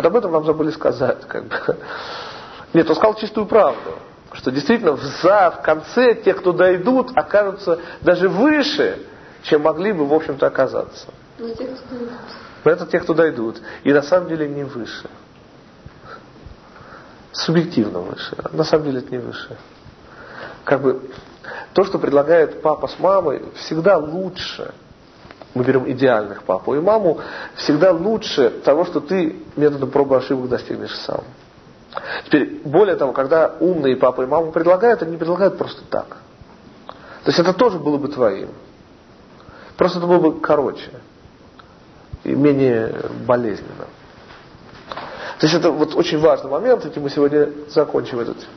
Вот об этом нам забыли сказать. Как бы. Нет, он сказал чистую правду, что действительно в конце те, кто дойдут, окажутся даже выше, чем могли бы, в общем-то, оказаться. Но это те, кто дойдут. И на самом деле не выше. Субъективно выше. На самом деле это не выше. Как бы то, что предлагает папа с мамой, всегда лучше. Мы берем идеальных папу и маму, всегда лучше того, что ты методом проб и ошибок достигнешь сам. Теперь, более того, когда умные папа и мама предлагают, они не предлагают просто так. То есть это тоже было бы твоим. Просто это было бы короче и менее болезненно. То есть это вот очень важный момент, этим мы сегодня закончим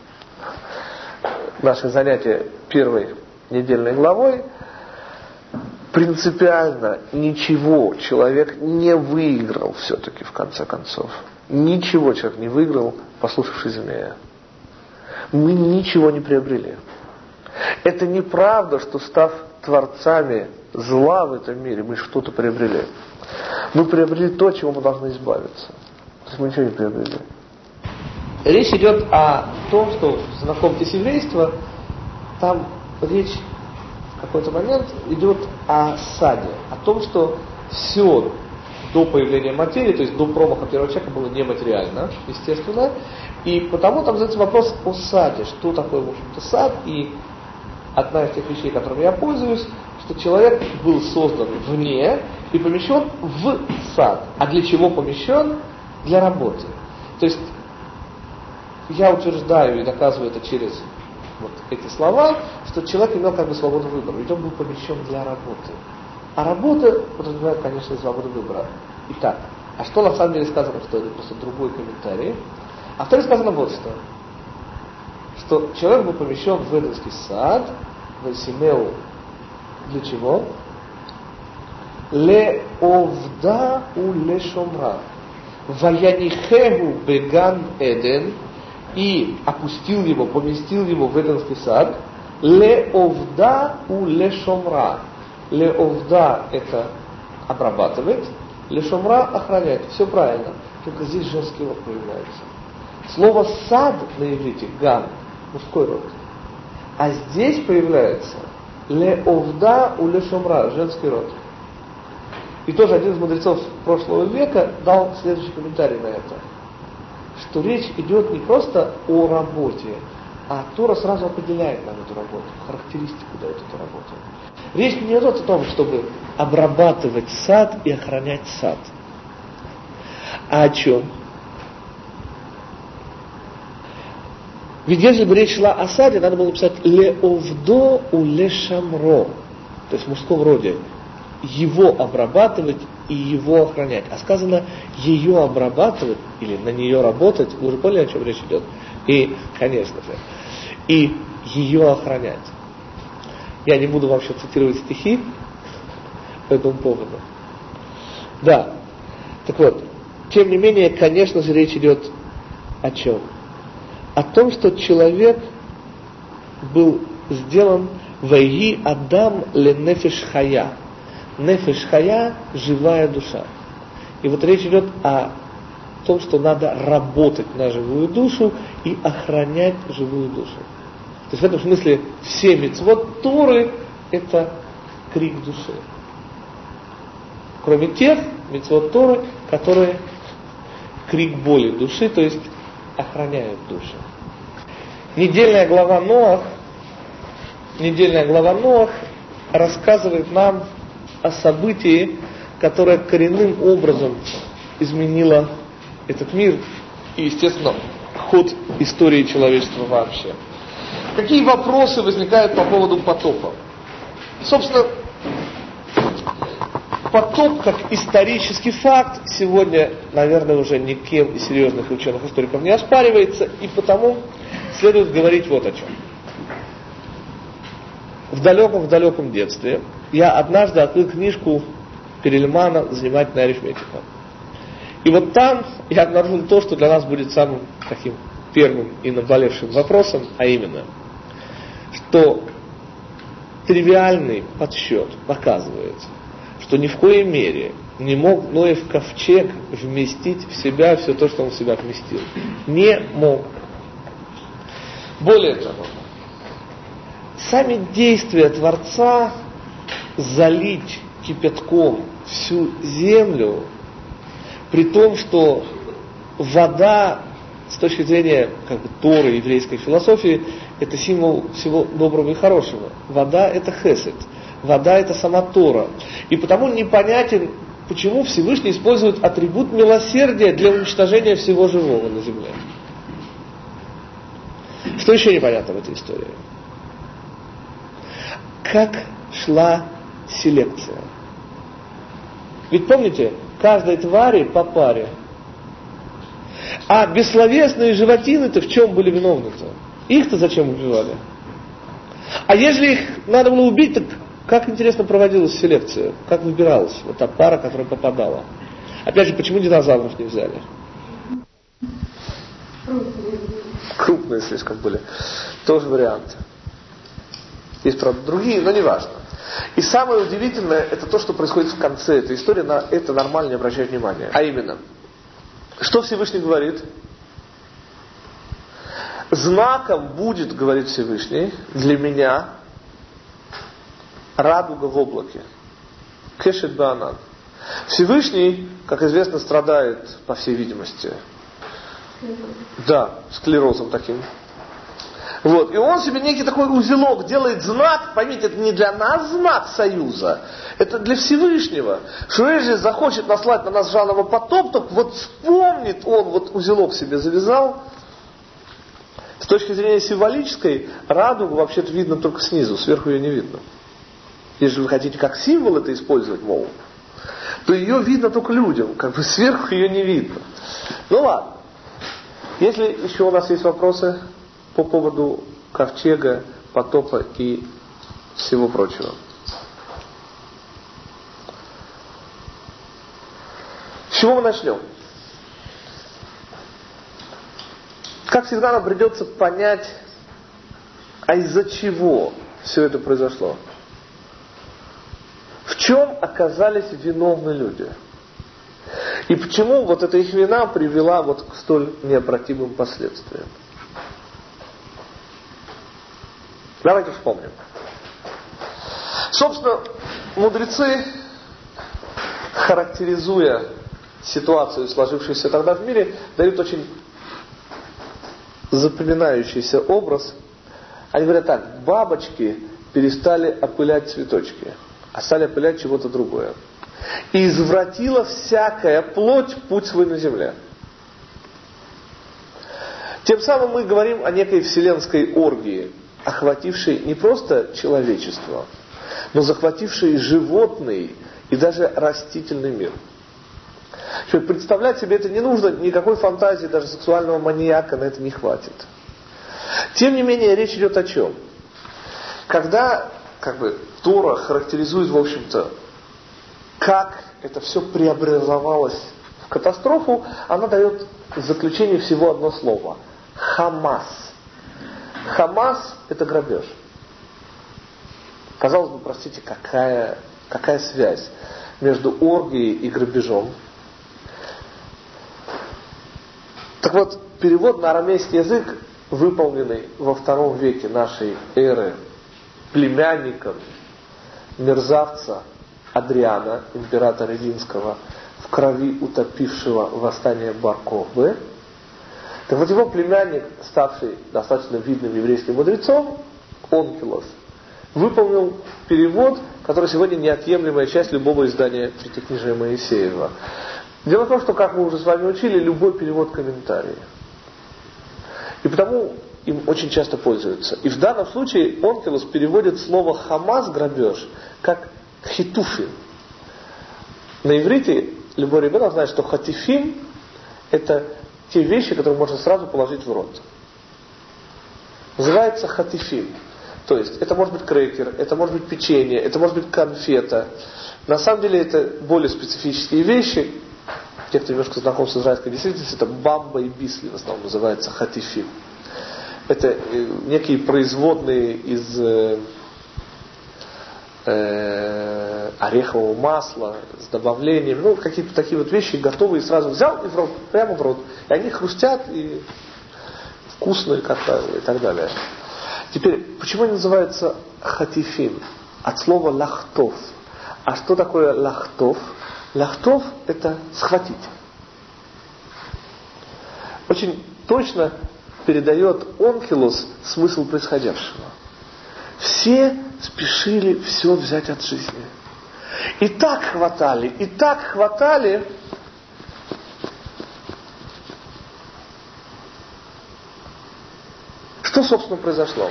наше занятие первой недельной главой. Принципиально ничего человек не выиграл все-таки в конце концов. Ничего человек не выиграл, послушавшись змея. Мы ничего не приобрели. Это неправда, что став творцами зла в этом мире, мы что-то приобрели. Мы приобрели то, от чего мы должны избавиться. То есть мы ничего не приобрели. Речь идет о том, что в знакомьтесь еврейства, там речь в какой-то момент идет о саде, о том, что все до появления материи, то есть до промаха первого человека, было нематериально, естественно, и потому там задается вопрос о саде, что такое, в общем-то, сад, и одна из тех вещей, которыми я пользуюсь, что человек был создан вне и помещен в сад. А для чего помещен? Для работы. То есть я утверждаю и доказываю это через вот эти слова, что человек имел как бы свободу выбора, ведь он был помещен для работы. А работа подразумевает, конечно, свободу выбора. Итак, а что на самом деле сказано, что это просто другой комментарий? А второе сказано вот что человек был помещен в Эденский сад, в Эсимеу, для чего? Ле овда у ле шомра. Ваянихегу беган Эден, и опустил его, поместил его в Эденский сад. Ле овда у ле шомра. Ле овда это обрабатывает, ле шомра охраняет. Все правильно. Только здесь женский род появляется. Слово сад на иврите, ган, мужской род. А здесь появляется ле овда у ле шомра, женский род. И тоже один из мудрецов прошлого века дал следующий комментарий на это. Что речь идет не просто о работе, а Тора сразу определяет нам эту работу, характеристику дает эту работу. Речь не идет о том, чтобы обрабатывать сад и охранять сад. А о чем? Ведь если бы речь шла о саде, надо было написать «ле овдо у ле шамро», то есть в мужском роде. Его обрабатывать и его охранять. А сказано ее обрабатывать или на нее работать, вы уже поняли, о чем речь идет? И, конечно же, и ее охранять. Я не буду вам сейчас цитировать стихи по этому поводу. Да. Так вот, тем не менее, конечно же, речь идет о чем? О том, что человек был сделан «Вайги Адам ле нефеш хая». Нефеш хая – живая душа. И вот речь идет о том, что надо работать на живую душу и охранять живую душу. То есть в этом смысле все мицвот Торы – это крик души. Кроме тех мицвот Торы, которые крик боли души, то есть охраняют душу. Недельная глава Ноах рассказывает нам о событии, которое коренным образом изменило этот мир и, естественно, ход истории человечества вообще. Какие вопросы возникают по поводу потопа? Собственно, потоп как исторический факт сегодня, наверное, уже никем из серьезных ученых-историков не оспаривается, и потому следует говорить вот о чем. В далеком детстве я однажды открыл книжку Перельмана «Занимательная арифметика». И вот там я обнаружил то, что для нас будет самым таким первым и наболевшим вопросом, а именно, что тривиальный подсчет показывает, что ни в коей мере не мог Ноев ковчег вместить в себя все то, что он в себя вместил. Не мог. Более того, сами действия Творца залить кипятком всю землю, при том, что вода, с точки зрения Торы, еврейской философии, это символ всего доброго и хорошего. Вода это хесед, вода это сама Тора. И потому непонятен, почему Всевышний использует атрибут милосердия для уничтожения всего живого на земле. Что еще непонятно в этой истории? Как шла селекция? Ведь помните, каждой твари по паре. А бессловесные животины-то в чем были виновны-то? Их-то зачем убивали? А если их надо было убить, так как интересно проводилась селекция? Как выбиралась вот та пара, которая попадала? Опять же, почему динозавров не взяли? Крупные слишком были. Тоже вариант. Есть, правда, другие, но не важно. И самое удивительное, это то, что происходит в конце этой истории, на это нормально не обращать внимания. А именно, что Всевышний говорит? Знаком будет, говорит Всевышний, для меня радуга в облаке. Кешет баанан. Всевышний, как известно, страдает, по всей видимости, склерозом таким. Вот. И он себе некий такой узелок делает знак, поймите, это не для нас знак союза, это для Всевышнего. Что если захочет наслать на нас жанного потоп, то вот вспомнит он, вот узелок себе завязал. С точки зрения символической, радугу вообще-то видно только снизу, сверху ее не видно. Если вы хотите как символ это использовать, мол, то ее видно только людям, сверху ее не видно. Ну ладно. Если еще у нас есть вопросы по поводу ковчега, потопа и всего прочего. С чего мы начнем? Как всегда, нам придется понять, а из-за чего все это произошло. В чем оказались виновны люди? И почему вот эта их вина привела вот к столь необратимым последствиям? Давайте вспомним. Собственно, мудрецы, характеризуя ситуацию, сложившуюся тогда в мире, дают очень запоминающийся образ. Они говорят так: бабочки перестали опылять цветочки, а стали опылять чего-то другое. И извратила всякая плоть путь свой на земле. Тем самым мы говорим о некой вселенской оргии, охватившей не просто человечество, но захватившей животный и даже растительный мир. Представлять себе это не нужно, никакой фантазии, даже сексуального маньяка на это не хватит. Тем не менее, речь идет о чем? Когда Тора характеризует, в общем-то, как это все преобразовалось в катастрофу, она дает в заключение всего одно слово. Хамас. Хамас – это грабеж. Казалось бы, простите, какая связь между оргией и грабежом? Так вот, перевод на арамейский язык, выполненный во II веке нашей эры племянником мерзавца Адриана, императора римского, в крови утопившего восстание Бар-Кохбы. Так вот, его племянник, ставший достаточно видным еврейским мудрецом, Онкилос, выполнил перевод, который сегодня неотъемлемая часть любого издания Пятикнижия Моисеева. Дело в том, что, как мы уже с вами учили, любой перевод комментарий. И потому им очень часто пользуются. И в данном случае Онкилос переводит слово «хамас» грабеж как «хитуфин». На иврите любой ребенок знает, что «хатифим» это те вещи, которые можно сразу положить в рот. Называется «хатифим». То есть это может быть крекер, это может быть печенье, это может быть конфета. На самом деле это более специфические вещи. Те, кто немножко знаком с израильской действительностью, это бамба и бисли в основном называется хатифим. Это некие производные из орехового масла с добавлением, какие-то такие вот вещи готовые, сразу взял и в рот, прямо в рот. И они хрустят и вкусные, как правило, и так далее. Теперь, почему они называются хатифим? От слова лахтов. А что такое лахтов? Лахтов – это схватить. Очень точно передает онкилос смысл происходящего. Все спешили все взять от жизни. И так хватали. Что, собственно, произошло?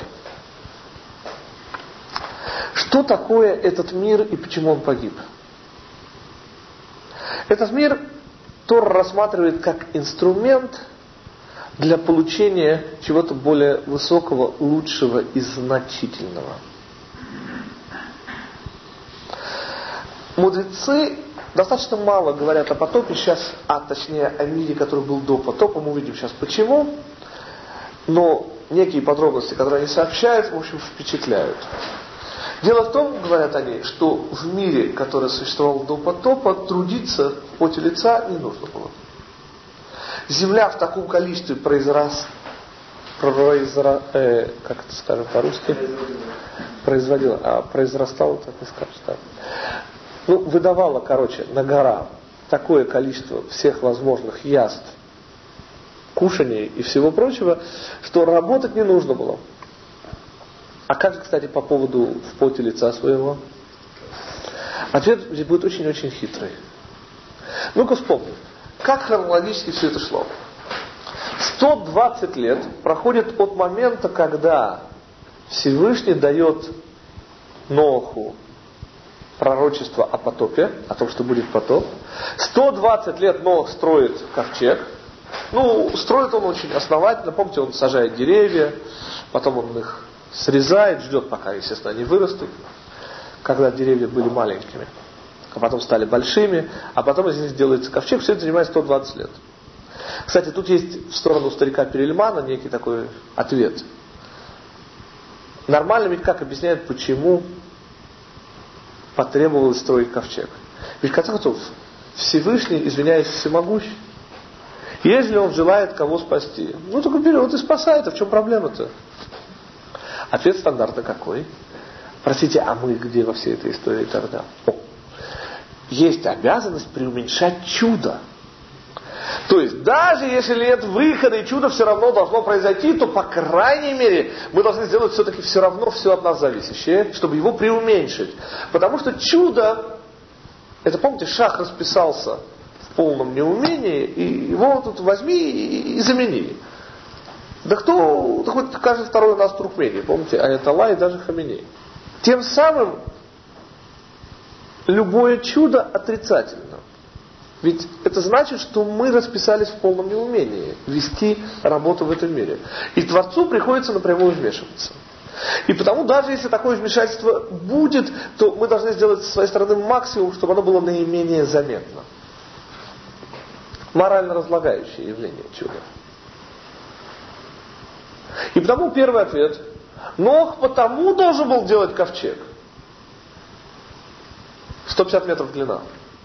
Что такое этот мир и почему он погиб? Этот мир Тора рассматривает как инструмент для получения чего-то более высокого, лучшего и значительного. Мудрецы достаточно мало говорят о потопе сейчас, точнее о мире, который был до потопа. Мы увидим сейчас почему. Но некие подробности, которые они сообщают, в общем, впечатляют. Дело в том, говорят они, что в мире, который существовал до потопа, трудиться в поте лица не нужно было. Земля в таком количестве произрастала, так не скажешь, так. Выдавала, на гора такое количество всех возможных яств, кушаний и всего прочего, что работать не нужно было. А как же, кстати, по поводу в поте лица своего? Ответ здесь будет очень-очень хитрый. Ну-ка вспомним, как хронологически все это шло. 120 лет проходит от момента, когда Всевышний дает Ноаху пророчество о потопе, о том, что будет потоп. 120 лет Ноах строит ковчег. Строит он очень основательно. Помните, он сажает деревья, потом он их срезает, ждет, пока, естественно, они вырастут, когда деревья были маленькими, а потом стали большими, а потом из них делается ковчег. Все это занимает 120 лет. Кстати, тут есть в сторону старика Перельмана некий такой ответ. Нормально ведь как объясняют, почему потребовалось строить ковчег. Ведь в конце концов, Всевышний, извиняюсь, всемогущ. Если он желает кого спасти, только берет и спасает. А в чем проблема-то? Ответ стандартно какой? Простите, а мы где во всей этой истории тогда? Есть обязанность преуменьшать чудо. То есть, даже если нет выхода и чудо все равно должно произойти, то, по крайней мере, мы должны сделать все-таки все равно все от нас зависящее, чтобы его преуменьшить. Потому что чудо, это, помните, шах расписался в полном неумении, и его тут возьми и замени. Да кто, хоть каждый второй у нас в Туркмении, помните, Аятолла и даже Хаминей. Тем самым любое чудо отрицательно. Ведь это значит, что мы расписались в полном неумении вести работу в этом мире. И Творцу приходится напрямую вмешиваться. И потому даже если такое вмешательство будет, то мы должны сделать со своей стороны максимум, чтобы оно было наименее заметно. Морально разлагающее явление чуда. И потому первый ответ. Ноах потому должен был делать ковчег. 150 метров длина.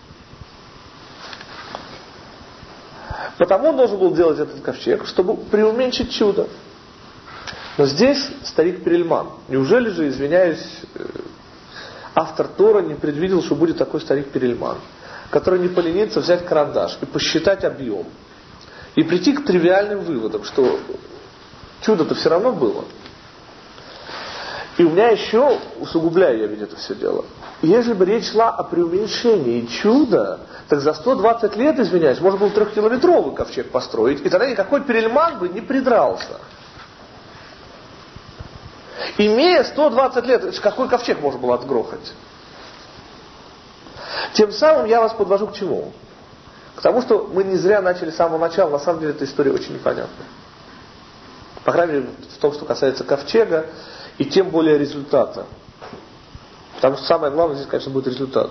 Потому он должен был делать этот ковчег, чтобы преуменьшить чудо. Но здесь старик Перельман. Неужели же, извиняюсь, автор Тора не предвидел, что будет такой старик Перельман, который не поленится взять карандаш и посчитать объем. И прийти к тривиальным выводам, что чудо-то все равно было. И у меня еще, усугубляю я ведь это все дело, если бы речь шла о преуменьшении чуда, так за 120 лет, извиняюсь, можно было 3-километровый ковчег построить, и тогда никакой Перельман бы не придрался. Имея 120 лет, какой ковчег можно было отгрохать? Тем самым я вас подвожу к чему? К тому, что мы не зря начали с самого начала. На самом деле эта история очень непонятна. По крайней мере, в том, что касается ковчега, и тем более результата. Потому что самое главное здесь, конечно, будет результат.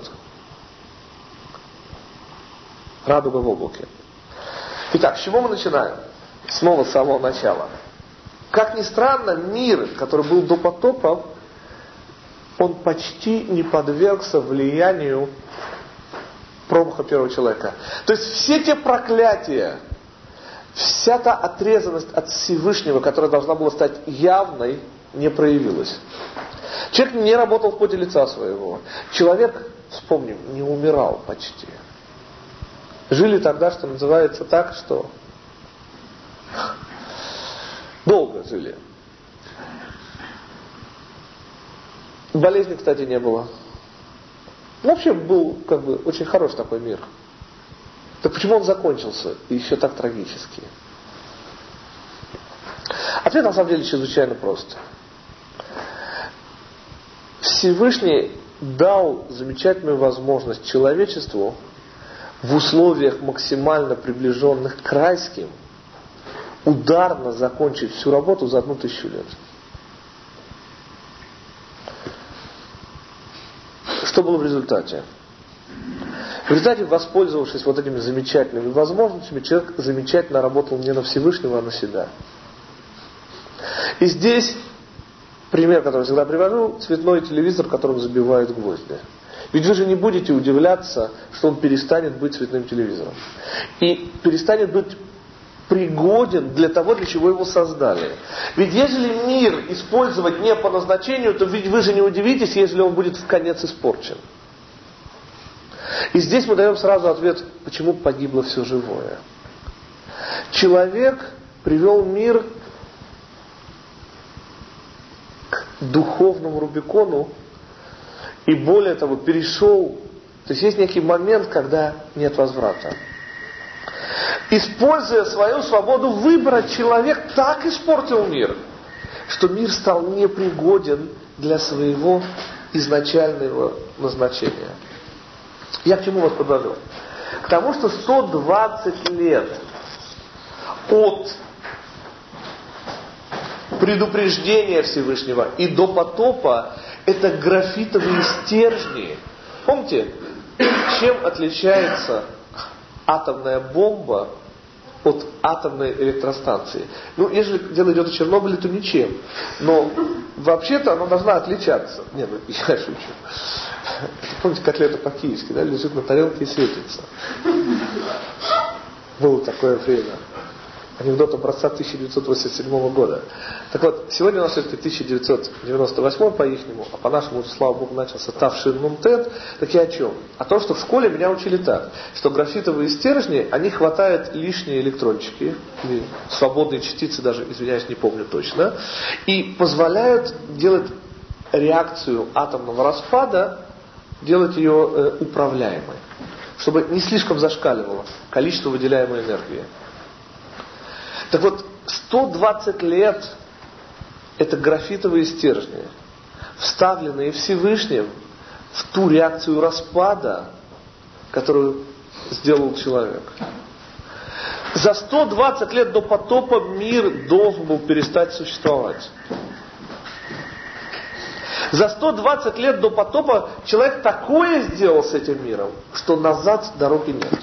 Радуга в облаке. Итак, с чего мы начинаем? Снова с самого начала. Как ни странно, мир, который был до потопа, он почти не подвергся влиянию промаха первого человека. То есть все те проклятия, вся та отрезанность от Всевышнего, которая должна была стать явной, не проявилась. Человек не работал в поте лица своего. Человек, вспомним, не умирал почти. Жили тогда, что называется так, что долго жили. Болезни, кстати, не было. Вообще был очень хороший такой мир. Так почему он закончился и еще так трагически? Ответ на самом деле чрезвычайно прост. Всевышний дал замечательную возможность человечеству в условиях максимально приближенных к райским ударно закончить всю работу за 1000 лет. Что было в результате? В результате, воспользовавшись вот этими замечательными возможностями, человек замечательно работал не на Всевышнего, а на себя. И здесь пример, который я всегда привожу, цветной телевизор, которым забивают гвозди. Ведь вы же не будете удивляться, что он перестанет быть цветным телевизором. И перестанет быть пригоден для того, для чего его создали. Ведь если мир использовать не по назначению, то ведь вы же не удивитесь, если он будет вконец испорчен. И здесь мы даем сразу ответ, почему погибло все живое. Человек привел мир к духовному Рубикону и более того перешел, то есть некий момент, когда нет возврата. Используя свою свободу выбора, человек так испортил мир, что мир стал непригоден для своего изначального назначения. Я к чему вас подвожу? К тому, что 120 лет от предупреждения Всевышнего и до потопа это графитовые стержни. Помните, чем отличается атомная бомба от атомной электростанции? Если дело идет о Чернобыле, то ничем. Но вообще-то она должна отличаться. Я шучу. Помните котлета по-киевски, да? Лежит на тарелке и светится. Было такое время. Анекдот образца 1987 года. Так вот, сегодня у нас все-таки 1998 по-ихнему, а по-нашему, слава Богу, начался Тавшин Нунтет. Так и о чем? О том, что в школе меня учили так, что графитовые стержни, они хватают лишние электрончики, или свободные частицы, даже, извиняюсь, не помню точно, и позволяют делать реакцию атомного распада, делать ее управляемой, чтобы не слишком зашкаливало количество выделяемой энергии. Так вот, 120 лет это графитовые стержни, вставленные Всевышним в ту реакцию распада, которую сделал человек. За 120 лет до потопа мир должен был перестать существовать. За 120 лет до потопа человек такое сделал с этим миром, что назад дороги нет.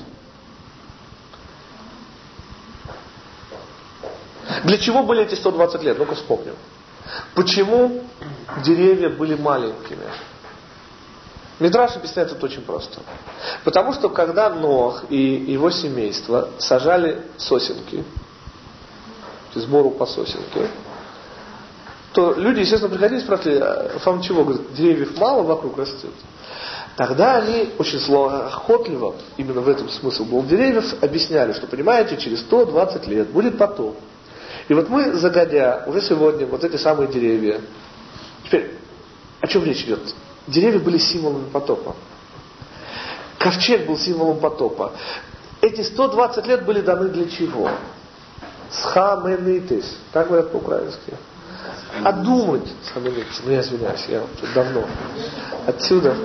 Для чего были эти 120 лет? Ну-ка вспомним. Почему деревья были маленькими? Мидраш объясняет это очень просто. Потому что когда Ноах и его семейство сажали сосенки, сбору по сосенке, то люди, естественно, приходили и спрашивали, вам чего? Говорят, деревьев мало вокруг растет. Тогда они очень охотливо, именно в этом смысл был деревьев, объясняли, что, понимаете, через 120 лет будет потоп. И вот мы, загодя, уже сегодня, вот эти самые деревья. Теперь, о чем речь идет? Деревья были символами потопа. Ковчег был символом потопа. Эти 120 лет были даны для чего? Схаменитис. Так говорят по-украински. Одумать. Схаменитис. Я извиняюсь, я тут давно. Отсюда.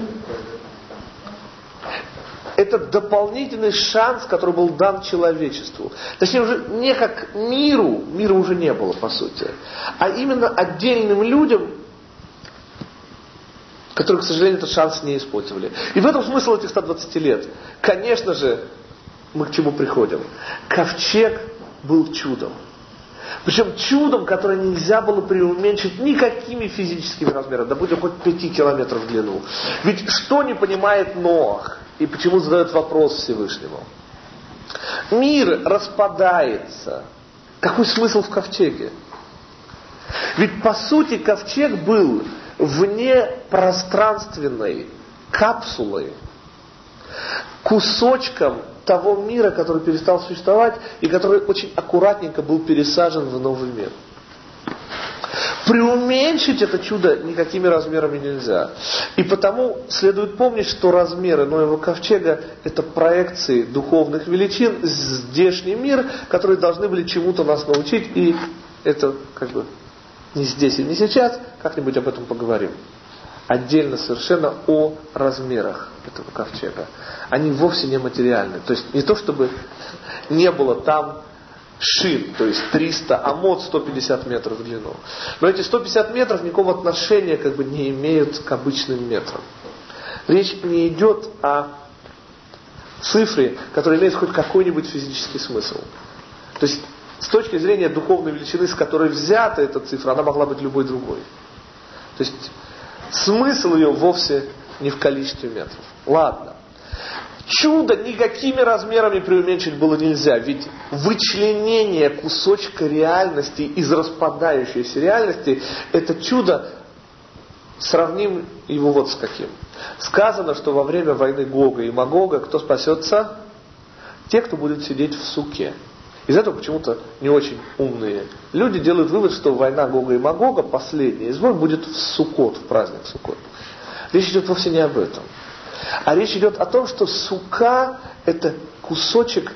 Это дополнительный шанс, который был дан человечеству. Точнее, уже не как миру, мира уже не было, по сути, а именно отдельным людям, которые, к сожалению, этот шанс не использовали. И в этом смысл этих 120 лет. Конечно же, мы к чему приходим? Ковчег был чудом. Причем чудом, которое нельзя было преуменьшить никакими физическими размерами, да будь хоть 5 километров в длину. Ведь что не понимает Ноах? И почему задает вопрос Всевышнему? Мир распадается. Какой смысл в ковчеге? Ведь по сути ковчег был внепространственной капсулой, кусочком того мира, который перестал существовать и который очень аккуратненько был пересажен в новый мир. Преуменьшить это чудо никакими размерами нельзя. И потому следует помнить, что размеры Ноева ковчега – это проекции духовных величин, здешний мир, которые должны были чему-то нас научить. И это как бы не здесь и не сейчас, как-нибудь об этом поговорим. Отдельно совершенно о размерах этого ковчега. Они вовсе не материальны. То есть не то, чтобы не было там шин, то есть 300 амод, 150 метров в длину. Но эти 150 метров никакого отношения как бы не имеют к обычным метрам. Речь не идет о цифре, которая имеет хоть какой-нибудь физический смысл. То есть с точки зрения духовной величины, с которой взята эта цифра, она могла быть любой другой. То есть смысл ее вовсе не в количестве метров. Ладно. Чудо никакими размерами преуменьшить было нельзя, ведь вычленение кусочка реальности из распадающейся реальности, это чудо, сравним его вот с каким. Сказано, что во время войны Гога и Магога кто спасется? Те, кто будет сидеть в суке. Из этого почему-то не очень умные люди делают вывод, что война Гога и Магога, последняя из войн, будет в Суккот, в праздник Суккот. Речь идет вовсе не об этом. А речь идет о том, что сука – это кусочек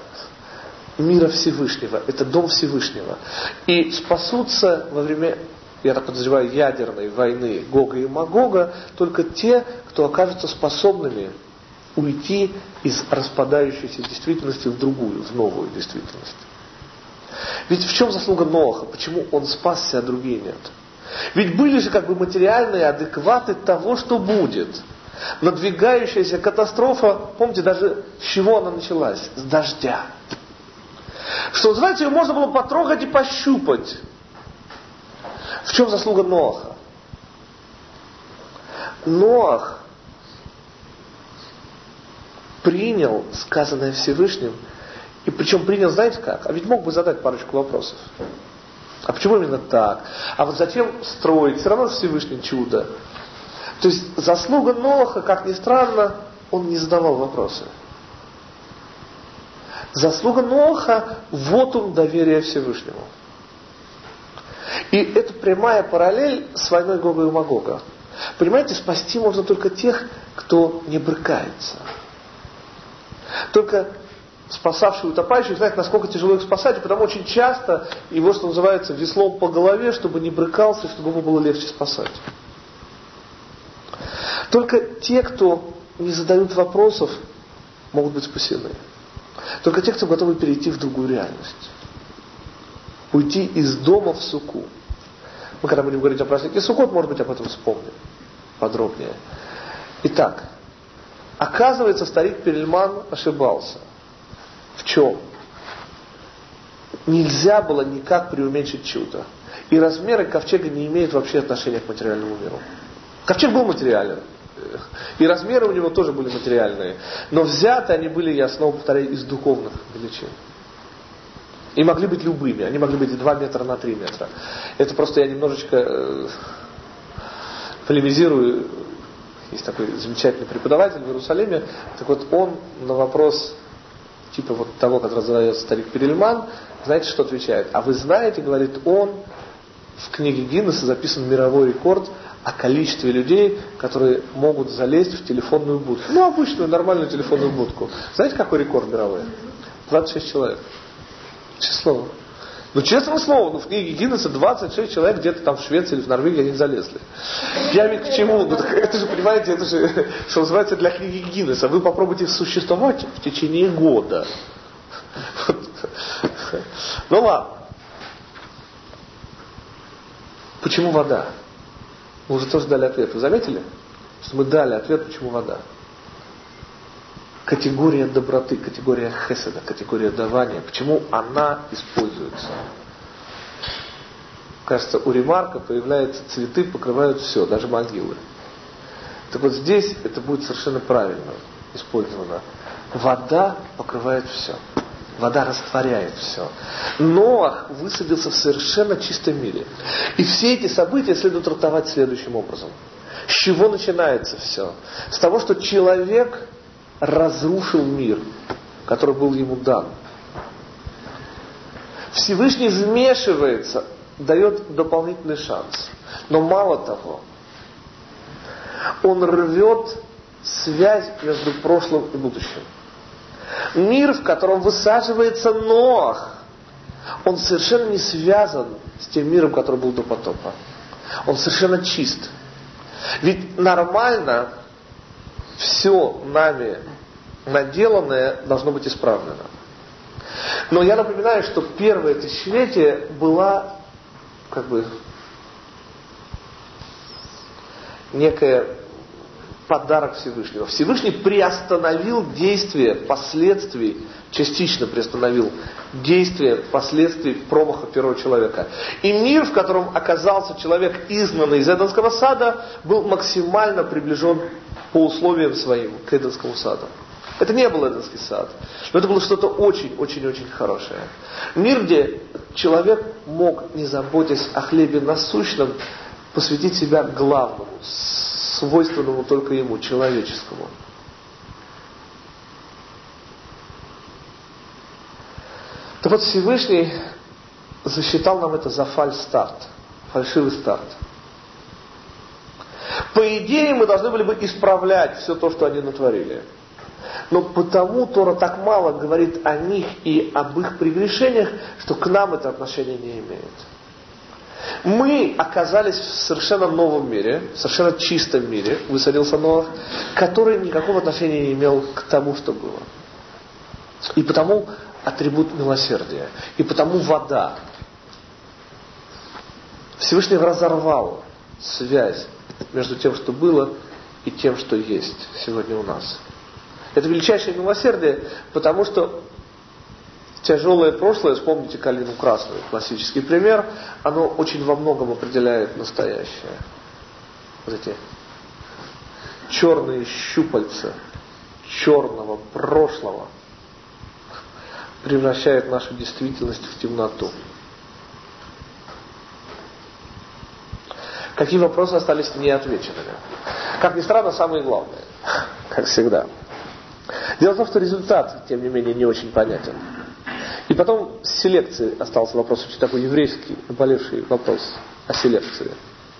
мира Всевышнего, это дом Всевышнего. И спасутся во время, я так подозреваю, ядерной войны Гога и Магога только те, кто окажутся способными уйти из распадающейся действительности в другую, в новую действительность. Ведь в чем заслуга Ноаха? Почему он спасся, а другие нет? Ведь были же как бы материальные адекваты того, что будет. Надвигающаяся катастрофа, помните, даже с чего она началась? С дождя. Что, знаете, ее можно было потрогать и пощупать. В чем заслуга Ноаха? Ноах принял сказанное Всевышним, и причем принял, знаете как? А ведь мог бы задать парочку вопросов. А почему именно так? А вот зачем строить? Все равно Всевышний чудо. То есть заслуга Ноаха, как ни странно, он не задавал вопросы. Заслуга Ноаха – вот он доверие Всевышнему. И это прямая параллель с войной Гога и Магога. Понимаете, спасти можно только тех, кто не брыкается. Только спасавший утопающих знает, насколько тяжело их спасать, и потому очень часто его, что называется, веслом по голове, чтобы не брыкался, чтобы ему было легче спасать. Только те, кто не задают вопросов, могут быть спасены. Только те, кто готовы перейти в другую реальность. Уйти из дома в суку. Мы когда будем говорить о празднике Суккот, может быть, об этом вспомним подробнее. Итак, оказывается, старик Перельман ошибался. В чем? Нельзя было никак преуменьшить чудо. И размеры ковчега не имеют вообще отношения к материальному миру. Ковчег был материальным. И размеры у него тоже были материальные. Но взяты они были, я снова повторяю, из духовных величин. И могли быть любыми. Они могли быть 2 метра на 3 метра. Это просто я немножечко полемизирую. Есть такой замечательный преподаватель в Иерусалиме. Так вот, он на вопрос типа вот того, который задает старик Перельман, знаете, что отвечает? А вы знаете, говорит он, в книге Гиннесса записан мировой рекорд о количестве людей, которые могут залезть в телефонную будку. Ну, обычную, нормальную телефонную будку. Знаете, какой рекорд мировой? 26 человек. Число. Ну, честное слово, в книге Гиннесса 26 человек где-то там в Швеции или в Норвегии они залезли. Я ведь к чему? Ну, это же, понимаете, это же, что называется, для книги Гиннесса. Вы попробуйте существовать в течение года. Ну ладно. Почему вода? Мы уже тоже дали ответ. Вы заметили? Что мы дали ответ, почему вода. Категория доброты, категория хеседа, категория давания. Почему она используется? кажется, у Ремарка появляются цветы, покрывают все, даже могилы. Так вот здесь это будет совершенно правильно использовано. Вода покрывает все. Вода растворяет все. Ноах высадился в совершенно чистом мире. И все эти события следует трактовать следующим образом. С чего начинается все? С того, что человек разрушил мир, который был ему дан. Всевышний вмешивается, дает дополнительный шанс. Но мало того, он рвет связь между прошлым и будущим. Мир, в котором высаживается Ноах, он совершенно не связан с тем миром, который был до потопа. Он совершенно чист. Ведь нормально все нами наделанное должно быть исправлено. Но я напоминаю, что первое тысячелетие была некая подарок Всевышнего. Всевышний приостановил действие последствий, частично приостановил действие последствий промаха первого человека. И мир, в котором оказался человек, изгнанный из Эденского сада, был максимально приближен по условиям своим к Эденскому саду. Это не был Эденский сад, но это было что-то очень-очень-очень хорошее. Мир, где человек мог, не заботясь о хлебе насущном, посвятить себя главному, свойственному только ему, человеческому. Так вот, Всевышний засчитал нам это за фальстарт, фальшивый старт. По идее, мы должны были бы исправлять все то, что они натворили. Но потому Тора так мало говорит о них и об их прегрешениях, что к нам это отношение не имеет. Мы оказались в совершенно новом мире, в совершенно чистом мире, высадился Ноах, который никакого отношения не имел к тому, что было. И потому атрибут милосердия, и потому вода. Всевышний разорвал связь между тем, что было, и тем, что есть сегодня у нас. Это величайшее милосердие, потому что тяжелое прошлое, вспомните калину красную, классический пример, оно очень во многом определяет настоящее. Вот эти черные щупальца черного прошлого превращают нашу действительность в темноту. Какие вопросы остались неотвеченными? Как ни странно, самые главные, как всегда. Дело в том, что результат, тем не менее, не очень понятен. И потом с селекцией остался вопрос, очень такой еврейский, наболевший вопрос о селекции.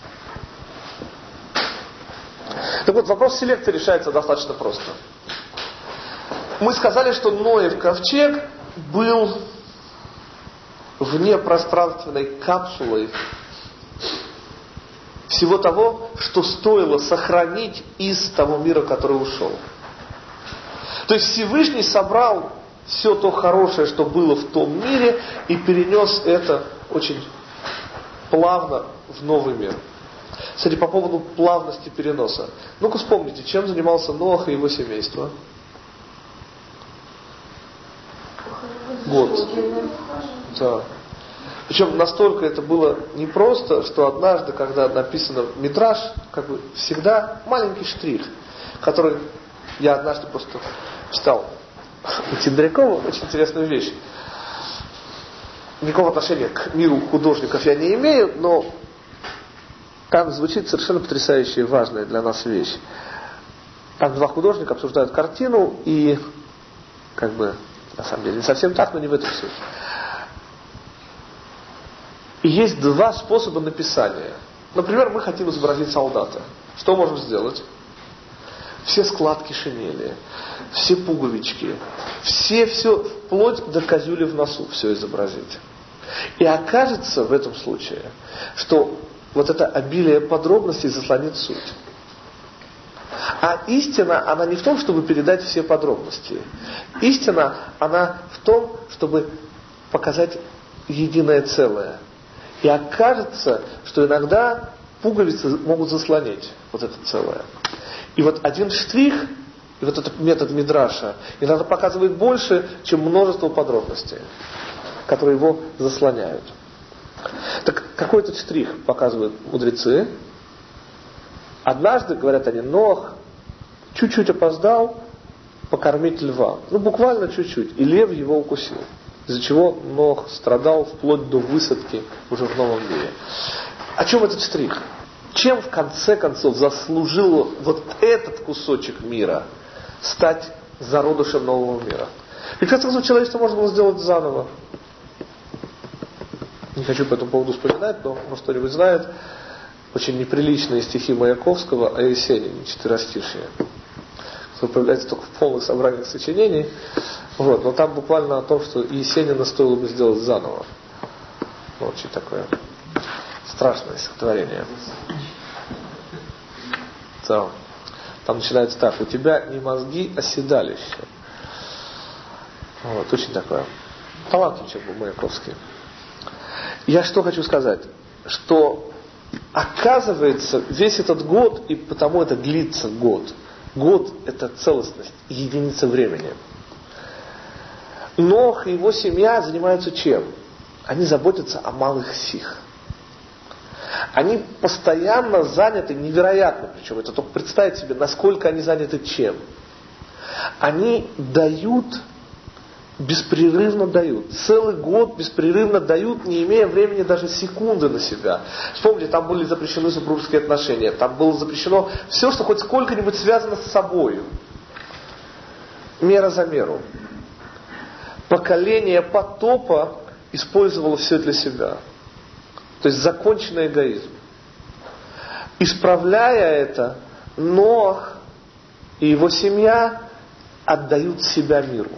Так вот, вопрос селекции решается достаточно просто. Мы сказали, что Ноев ковчег был внепространственной капсулой всего того, что стоило сохранить из того мира, который ушел. То есть Всевышний собрал все то хорошее, что было в том мире, и перенес это очень плавно в новый мир. Кстати, по поводу плавности переноса. Ну-ка вспомните, чем занимался Ноах и его семейство? Год. Да. Причем настолько это было непросто, что однажды, когда написано Мидраш, всегда маленький штрих, который я однажды просто читал у Тиндрякова, очень интересную вещь. Никакого отношения к миру художников я не имею, но там звучит совершенно потрясающая и важная для нас вещь. Там два художника обсуждают картину, и на самом деле не совсем так, но не в этом суть. И есть два способа написания. Например, мы хотим изобразить солдата. Что можем сделать? Все складки шинели, все пуговички, все вплоть до козюли в носу все изобразить. И окажется в этом случае, что вот это обилие подробностей заслонит суть. А истина, она не в том, чтобы передать все подробности. Истина, она в том, чтобы показать единое целое. И окажется, что иногда пуговицы могут заслонить вот это целое. И вот один штрих, и вот этот метод Мидраша, иногда показывает больше, чем множество подробностей, которые его заслоняют. Так какой тут штрих показывают мудрецы. Однажды, говорят они, Ноах чуть-чуть опоздал покормить льва. Буквально чуть-чуть. И лев его укусил. Из-за чего Ноах страдал вплоть до высадки уже в новом мире. О чем этот штрих? Чем в конце концов заслужил вот этот кусочек мира стать зародышем нового мира? И в конце концов человечество можно было сделать заново. Не хочу по этому поводу вспоминать, но может кто-нибудь знает очень неприличные стихи Маяковского о Есенине, четверостишие. Что появляется только в полных собраниях сочинений. Но там буквально о том, что Есенина стоило бы сделать заново. Очень такое страшное стихотворение. Там начинается так: у тебя не мозги, а седалище. Очень такое. Талантливый человек был Маяковский. Я что хочу сказать? Что оказывается весь этот год, и потому это длится год. Год – это целостность, единица времени. Ноах и его семья занимаются чем? Они заботятся о малых сих. Они постоянно заняты, невероятно, причем это только представить себе, насколько они заняты чем. Они дают, беспрерывно дают. Целый год беспрерывно дают, не имея времени даже секунды на себя. Вспомните, там были запрещены супружеские отношения, там было запрещено все, что хоть сколько-нибудь связано с собой. Мера за меру. Поколение потопа использовало все для себя. То есть законченный эгоизм. Исправляя это, Ноах и его семья отдают себя миру.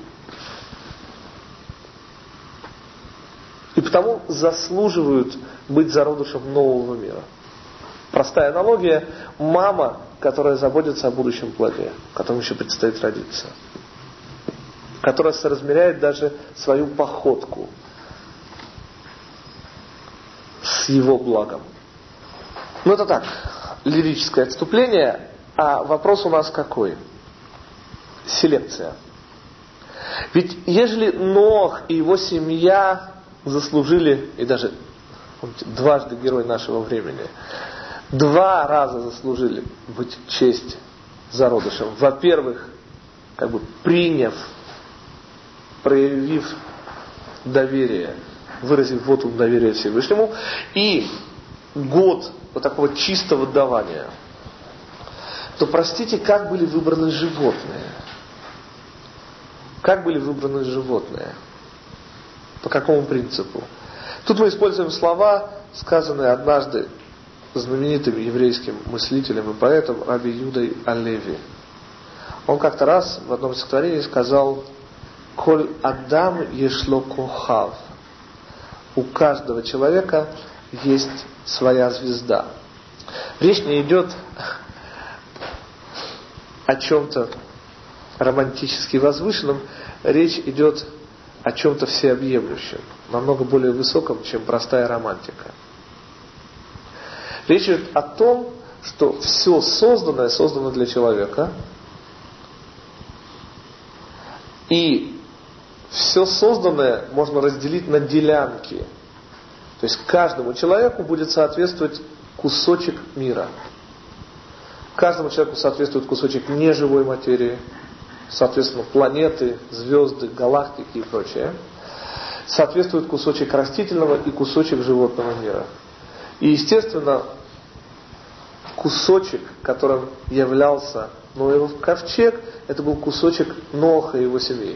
И потому заслуживают быть зародышем нового мира. Простая аналогия: мама, которая заботится о будущем плоде, которому еще предстоит родиться. Которая соразмеряет даже свою походку с его благом. Это так, лирическое отступление. А вопрос у нас какой? Селекция. Ведь ежели Ноах и его семья заслужили, и даже дважды герой нашего времени, 2 раза заслужили быть в честь зародышем. Во-первых, приняв, проявив доверие, выразив вотум доверия Всевышнему, и год такого чистого давания, то простите, как были выбраны животные? Как были выбраны животные? По какому принципу? Тут мы используем слова, сказанные однажды знаменитым еврейским мыслителем и поэтом Раби Юдой а-Леви. Он как-то раз в одном стихотворении сказал: «Коль адам ешло кохав». У каждого человека есть своя звезда. Речь не идет о чем-то романтически возвышенном, речь идет о чем-то всеобъемлющем, намного более высоком, чем простая романтика. Речь идет о том, что все созданное создано для человека, и все созданное можно разделить на делянки. То есть каждому человеку будет соответствовать кусочек мира. Каждому человеку соответствует кусочек неживой материи, соответственно, планеты, звезды, галактики и прочее. Соответствует кусочек растительного и кусочек животного мира. И, естественно, кусочек, которым являлся Ноев ковчег, это был кусочек Ноаха и его семьи.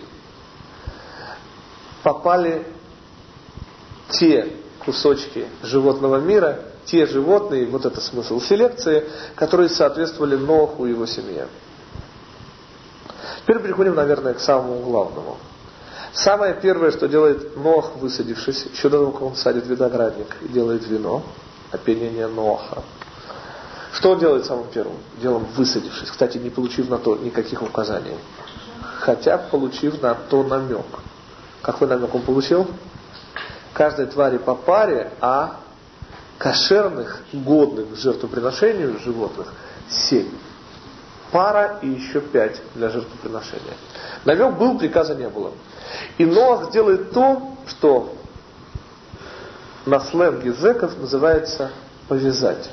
Попали те кусочки животного мира, те животные, вот это смысл селекции, которые соответствовали Ноаху и его семье. Теперь переходим, наверное, к самому главному. Самое первое, что делает Ноах, высадившись, еще до того, как он садит виноградник и делает вино, опьянение Ноаха. Что он делает самым первым делом, высадившись? Кстати, не получив на то никаких указаний. Хотя получив на то намек. Какой намек он получил? Каждой твари по паре, а кошерных, годных к жертвоприношению животных 7. Пара и еще 5 для жертвоприношения. Намек был, приказа не было. И Ноах делает то, что на сленге зэков называется повязать.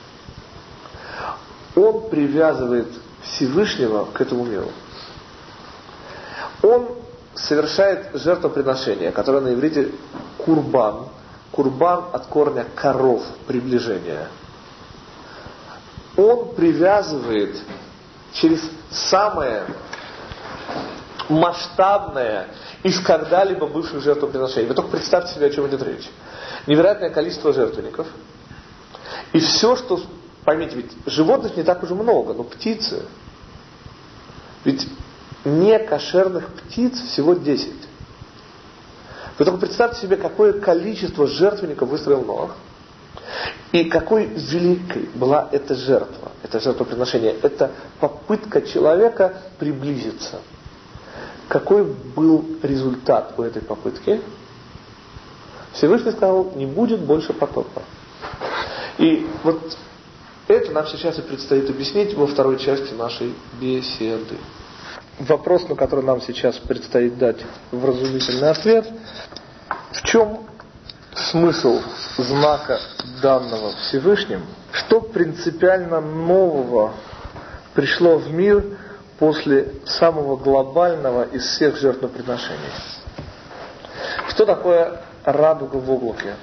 Он привязывает Всевышнего к этому миру. Он совершает жертвоприношение, которое на иврите курбан. Курбан от корня коров, приближение. Он привязывает через самое масштабное из когда-либо бывших жертвоприношений. Вы только представьте себе, о чем идет речь. Невероятное количество жертвенников. И все, что... Поймите, ведь животных не так уже много, но птицы. Ведь некошерных птиц всего 10. Вы только представьте себе, какое количество жертвенников выстроил Ноах. И какой великой была эта жертва, это жертвоприношение, это попытка человека приблизиться. Какой был результат у этой попытки? Всевышний сказал, не будет больше потопа. И вот это нам сейчас и предстоит объяснить во второй части нашей беседы. Вопрос, на который нам сейчас предстоит дать вразумительный ответ. В чем смысл знака, данного Всевышним? Что принципиально нового пришло в мир после самого глобального из всех жертвоприношений? Что такое радуга в облаке?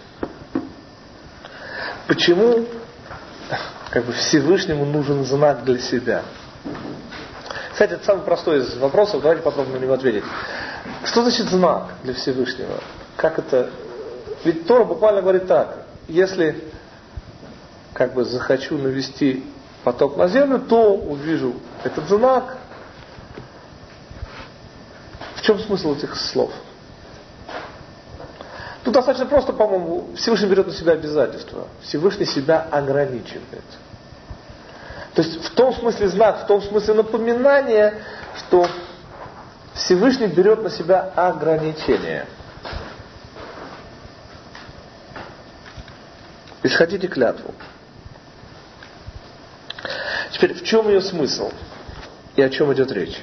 Почему Всевышнему нужен знак для себя? Кстати, это самый простой из вопросов, давайте попробуем на него ответить. Что значит знак для Всевышнего? Как это? Ведь Тора буквально говорит так: если захочу навести потоп на землю, то увижу этот знак. В чем смысл этих слов? Тут достаточно просто, по-моему, Всевышний берет на себя обязательства. Всевышний себя ограничивает. То есть в том смысле знак, в том смысле напоминание, что Всевышний берет на себя ограничения. Если хотите клятву. Теперь, в чем ее смысл? И о чем идет речь?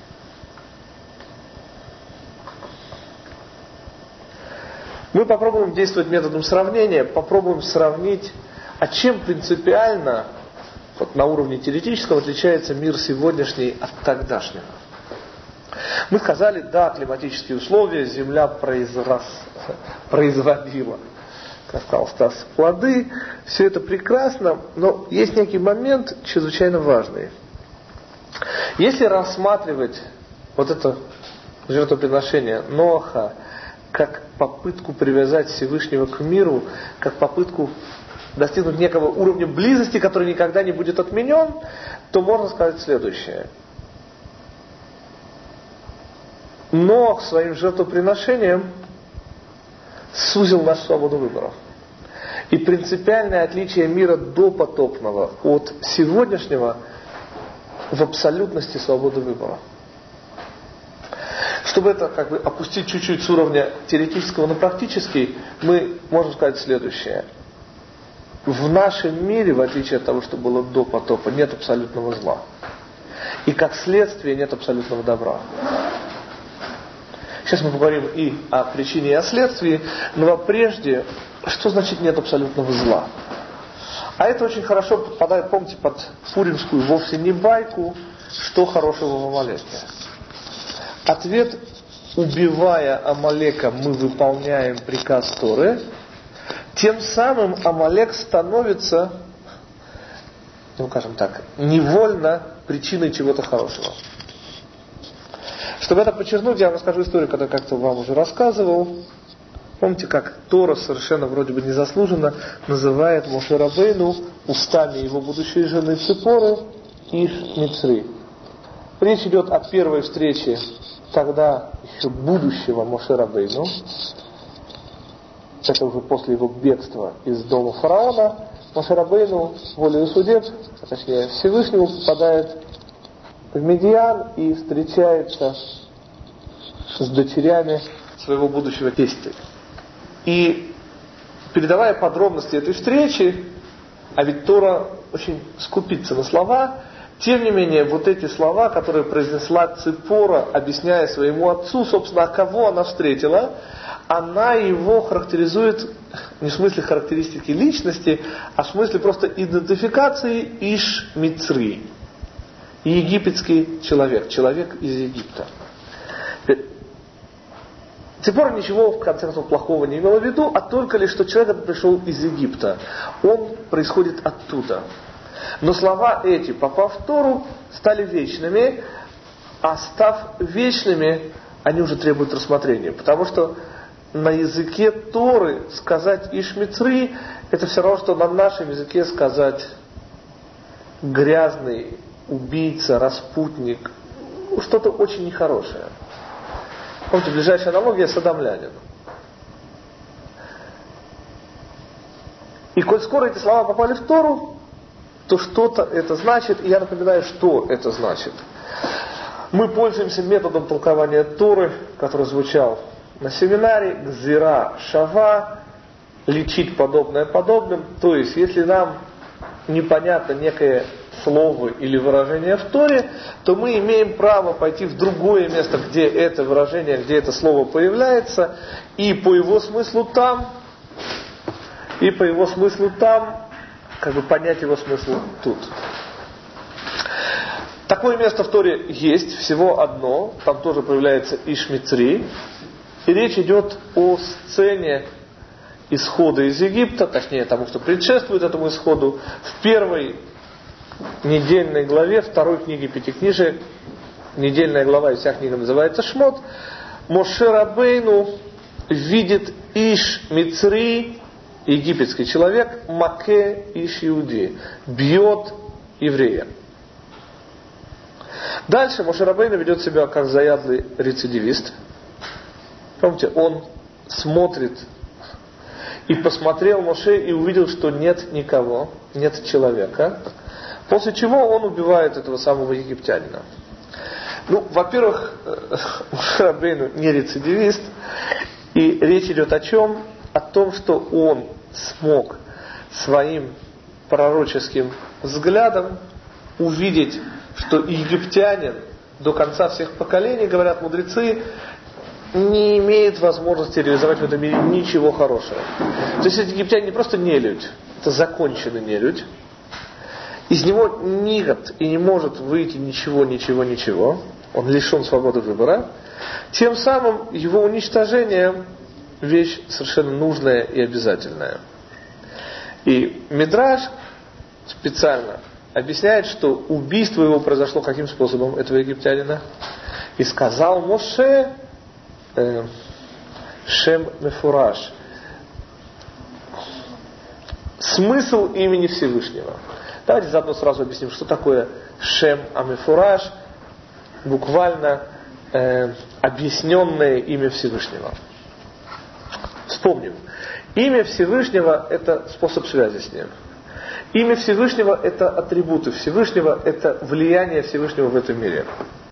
Мы попробуем действовать методом сравнения, попробуем сравнить, а чем принципиально, на уровне теоретического, отличается мир сегодняшний от тогдашнего. Мы сказали, да, климатические условия, Земля производила, как сказал Стас, плоды, все это прекрасно, но есть некий момент чрезвычайно важный. Если рассматривать вот это жертвоприношение Ноаха как попытку привязать Всевышнего к миру, как попытку достигнуть некого уровня близости, который никогда не будет отменен, то можно сказать следующее. Ноах своим жертвоприношением сузил нашу свободу выбора. И принципиальное отличие мира допотопного от сегодняшнего в абсолютности свободы выбора. Чтобы это опустить чуть-чуть с уровня теоретического на практический, мы можем сказать следующее. В нашем мире, в отличие от того, что было до потопа, нет абсолютного зла. И как следствие нет абсолютного добра. Сейчас мы поговорим и о причине, и о следствии, но прежде, что значит нет абсолютного зла? А это очень хорошо подпадает, помните, под пуримскую вовсе не байку, что хорошего в Амалеке. Ответ: убивая Амалека, мы выполняем приказ Торы, тем самым Амалек становится, скажем так, невольно причиной чего-то хорошего. Чтобы это подчеркнуть, я вам расскажу историю, которую как-то вам уже рассказывал. Помните, как Тора совершенно вроде бы незаслуженно называет Моше Рабейну устами его будущей жены Ципоры Иш Мицри. Речь идет о первой встрече тогда еще будущего Моше Рабейну. Это уже после его бегства из дома фараона. Моше Рабейну волею судеб, а точнее Всевышнего, попадает в Медиан и встречается с дочерями своего будущего тестя. И передавая подробности этой встречи, а ведь Тора очень скупится на слова, тем не менее, вот эти слова, которые произнесла Ципора, объясняя своему отцу, собственно, кого она встретила, она его характеризует не в смысле характеристики личности, а в смысле просто идентификации Иш Мицри. Египетский человек, человек из Египта. Ципора ничего, в конце концов, плохого не имела в виду, а только лишь, что человек пришел из Египта. Он происходит оттуда. Но слова эти, попав в Тору, стали вечными, а став вечными, они уже требуют рассмотрения. Потому что на языке Торы сказать Иш Мицри, это все равно, что на нашем языке сказать грязный, убийца, распутник, что-то очень нехорошее. Помните, ближайшая аналогия с Адамлянином. И коль скоро эти слова попали в Тору, то что-то это значит, и я напоминаю, что это значит. Мы пользуемся методом толкования Торы, который звучал на семинаре, гзира шава, лечить подобное подобным. То есть, если нам непонятно некое слово или выражение в Торе, то мы имеем право пойти в другое место, где это выражение, где это слово появляется, и по его смыслу там, как бы понять его смысл тут. Такое место в Торе есть, всего одно, там тоже появляется Иш Мицри, и речь идет о сцене исхода из Египта, точнее тому, что предшествует этому исходу, в первой недельной главе второй книги Пятикнижия. Недельная глава, и вся книга называется Шмот. Моше Рабейну видит Иш Мицри, египетский человек, Маке Иш Иуди, бьет еврея. Дальше Моше Рабейну ведет себя как заядлый рецидивист. Помните, он смотрит, и посмотрел Моше и увидел, что нет никого, нет человека. После чего он убивает этого самого египтянина. Ну, во-первых, Моше Рабейну не рецидивист, и речь идет о чем? О том, что он смог своим пророческим взглядом увидеть, что египтянин до конца всех поколений, говорят мудрецы, не имеет возможности реализовать в этом мире ничего хорошего. То есть, этот египтянин не просто нелюдь, это законченный нелюдь. Из него нет и не может выйти ничего. Он лишен свободы выбора. Тем самым его уничтожение – вещь совершенно нужная и обязательная. И Мидраш специально объясняет, что убийство его произошло каким способом, этого египтянина? И сказал Моше Шем Мефураш. Смысл имени Всевышнего. Давайте заодно сразу объясним, что такое Шем Амефураш, буквально объясненное имя Всевышнего. Вспомним. Имя Всевышнего – это способ связи с Ним. Имя Всевышнего – это атрибуты Всевышнего, это влияние Всевышнего в этом мире.